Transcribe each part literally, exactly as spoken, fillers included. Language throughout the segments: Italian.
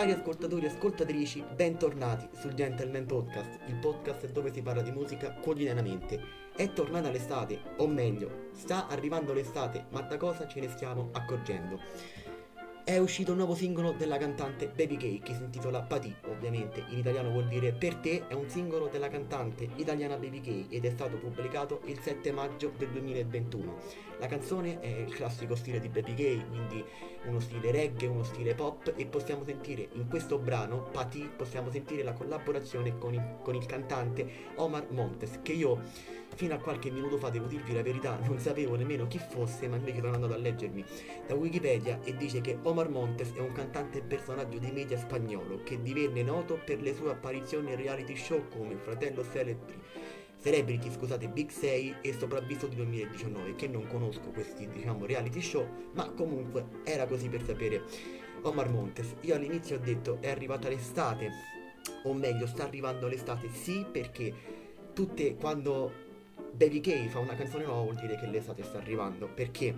Cari ascoltatori e ascoltatrici, bentornati sul Gentleman Podcast, il podcast dove si parla di musica quotidianamente. È tornata l'estate, o meglio, sta arrivando l'estate, ma da cosa ce ne stiamo accorgendo? È uscito un nuovo singolo della cantante Baby K che si intitola Patì, ovviamente in italiano vuol dire per te, è un singolo della cantante italiana Baby K ed è stato pubblicato il sette maggio del duemilaventuno. La canzone è il classico stile di Baby K, quindi uno stile reggae, uno stile pop, e possiamo sentire in questo brano, Patì, possiamo sentire la collaborazione con il, con il cantante Omar Montes, che io fino a qualche minuto fa, devo dirvi la verità, non sapevo nemmeno chi fosse, ma invece sono andato a leggermi da Wikipedia e dice che Omar Montes è un cantante e personaggio dei media spagnolo che divenne noto per le sue apparizioni in reality show come Fratello Celebri, Celebrity, scusate, Big sei e Sopravvissuti duemiladiciannove, che non conosco questi, diciamo, reality show, ma comunque era così per sapere Omar Montes. Io all'inizio ho detto è arrivata l'estate, o meglio sta arrivando l'estate, sì, perché tutte quando Baby K fa una canzone nuova vuol dire che l'estate sta arrivando, perché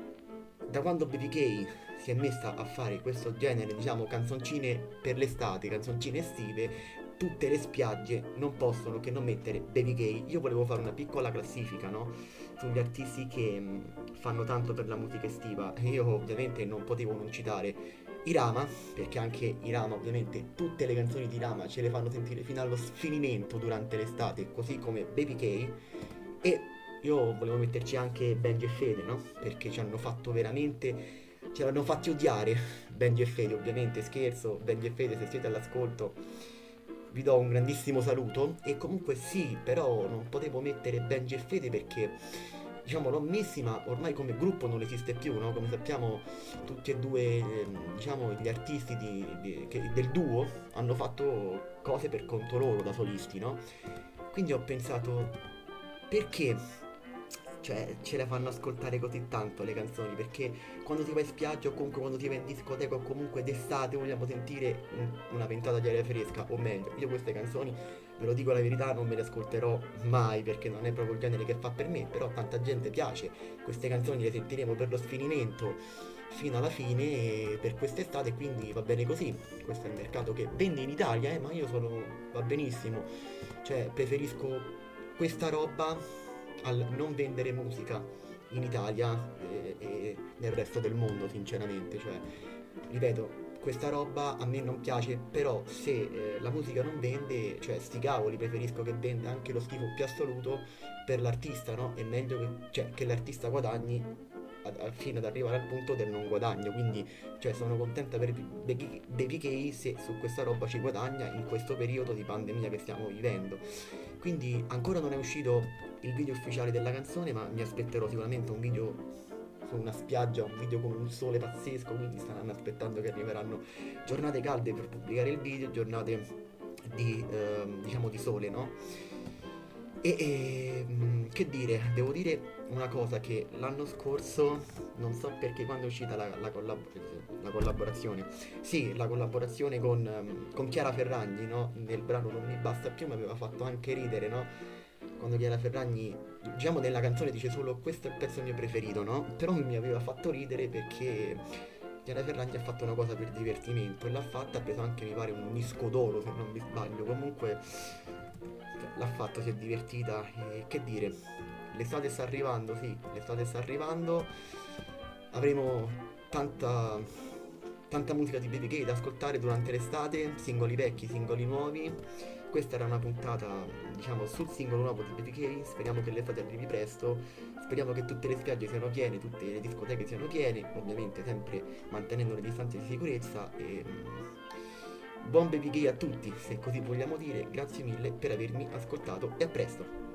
da quando Baby K si è messa a fare questo genere, diciamo, canzoncine per l'estate, canzoncine estive, tutte le spiagge non possono che non mettere Baby K. Io volevo fare una piccola classifica, no? Sugli artisti che mh, fanno tanto per la musica estiva. Io ovviamente non potevo non citare Irama, perché anche Irama, ovviamente tutte le canzoni di Irama ce le fanno sentire fino allo sfinimento durante l'estate, così come Baby K. E io volevo metterci anche Benji e Fede, no? Perché ci hanno fatto veramente, ce l'hanno fatti odiare Benji e Fede, ovviamente, scherzo, Benji e Fede, se siete all'ascolto vi do un grandissimo saluto. E comunque sì, però non potevo mettere Benji e Fede perché, diciamo, l'ho messi, ma ormai come gruppo non esiste più, no? Come sappiamo tutti e due, ehm, diciamo, gli artisti di, di- che- del duo hanno fatto cose per conto loro da solisti, no? Quindi ho pensato, perché cioè ce la fanno ascoltare così tanto le canzoni? Perché quando si va in spiaggia o comunque quando si va in discoteca o comunque d'estate vogliamo sentire un- una ventata di aria fresca, o meglio, io queste canzoni, ve lo dico la verità, non me le ascolterò mai perché non è proprio il genere che fa per me, però tanta gente piace, queste canzoni le sentiremo per lo sfinimento fino alla fine e per quest'estate, quindi va bene così. Questo è il mercato che vende in Italia, eh, ma io sono, va benissimo, cioè preferisco questa roba al non vendere musica in Italia e, e nel resto del mondo, sinceramente. Cioè, ripeto, questa roba a me non piace, però se eh, la musica non vende, cioè sti cavoli, preferisco che venda anche lo schifo più assoluto per l'artista, no? È meglio che, cioè, che l'artista guadagni ad- al fine ad arrivare al punto del non guadagno. Quindi, cioè, sono contenta per Baby Baby K se su questa roba ci guadagna in questo periodo di pandemia che stiamo vivendo. Quindi ancora non è uscito il video ufficiale della canzone, ma mi aspetterò sicuramente un video su una spiaggia, un video con un sole pazzesco, quindi staranno aspettando che arriveranno giornate calde per pubblicare il video, giornate di, ehm, diciamo, di sole, no? E, e, mh, che dire, devo dire una cosa, che l'anno scorso, non so perché, quando è uscita la, la collab- la collaborazione, sì, la collaborazione con, ehm, con Chiara Ferragni, no? Nel brano Non mi basta più mi aveva fatto anche ridere, no? Quando Chiara Ferragni, diciamo, nella canzone dice solo questo è il pezzo mio preferito, no? Però mi aveva fatto ridere perché Chiara Ferragni ha fatto una cosa per divertimento e l'ha fatta, ha preso anche, mi pare, un disco d'oro se non mi sbaglio. Comunque l'ha fatto, si è divertita e che dire, l'estate sta arrivando, sì, l'estate sta arrivando, avremo tanta, tanta musica di Baby K da ascoltare durante l'estate, singoli vecchi, singoli nuovi. Questa era una puntata, diciamo, sul singolo nuovo di Baby K, speriamo che l'estate arrivi presto, speriamo che tutte le spiagge siano piene, tutte le discoteche siano piene, ovviamente sempre mantenendo le distanze di sicurezza e... Buon Baby K a tutti, se così vogliamo dire, grazie mille per avermi ascoltato e a presto!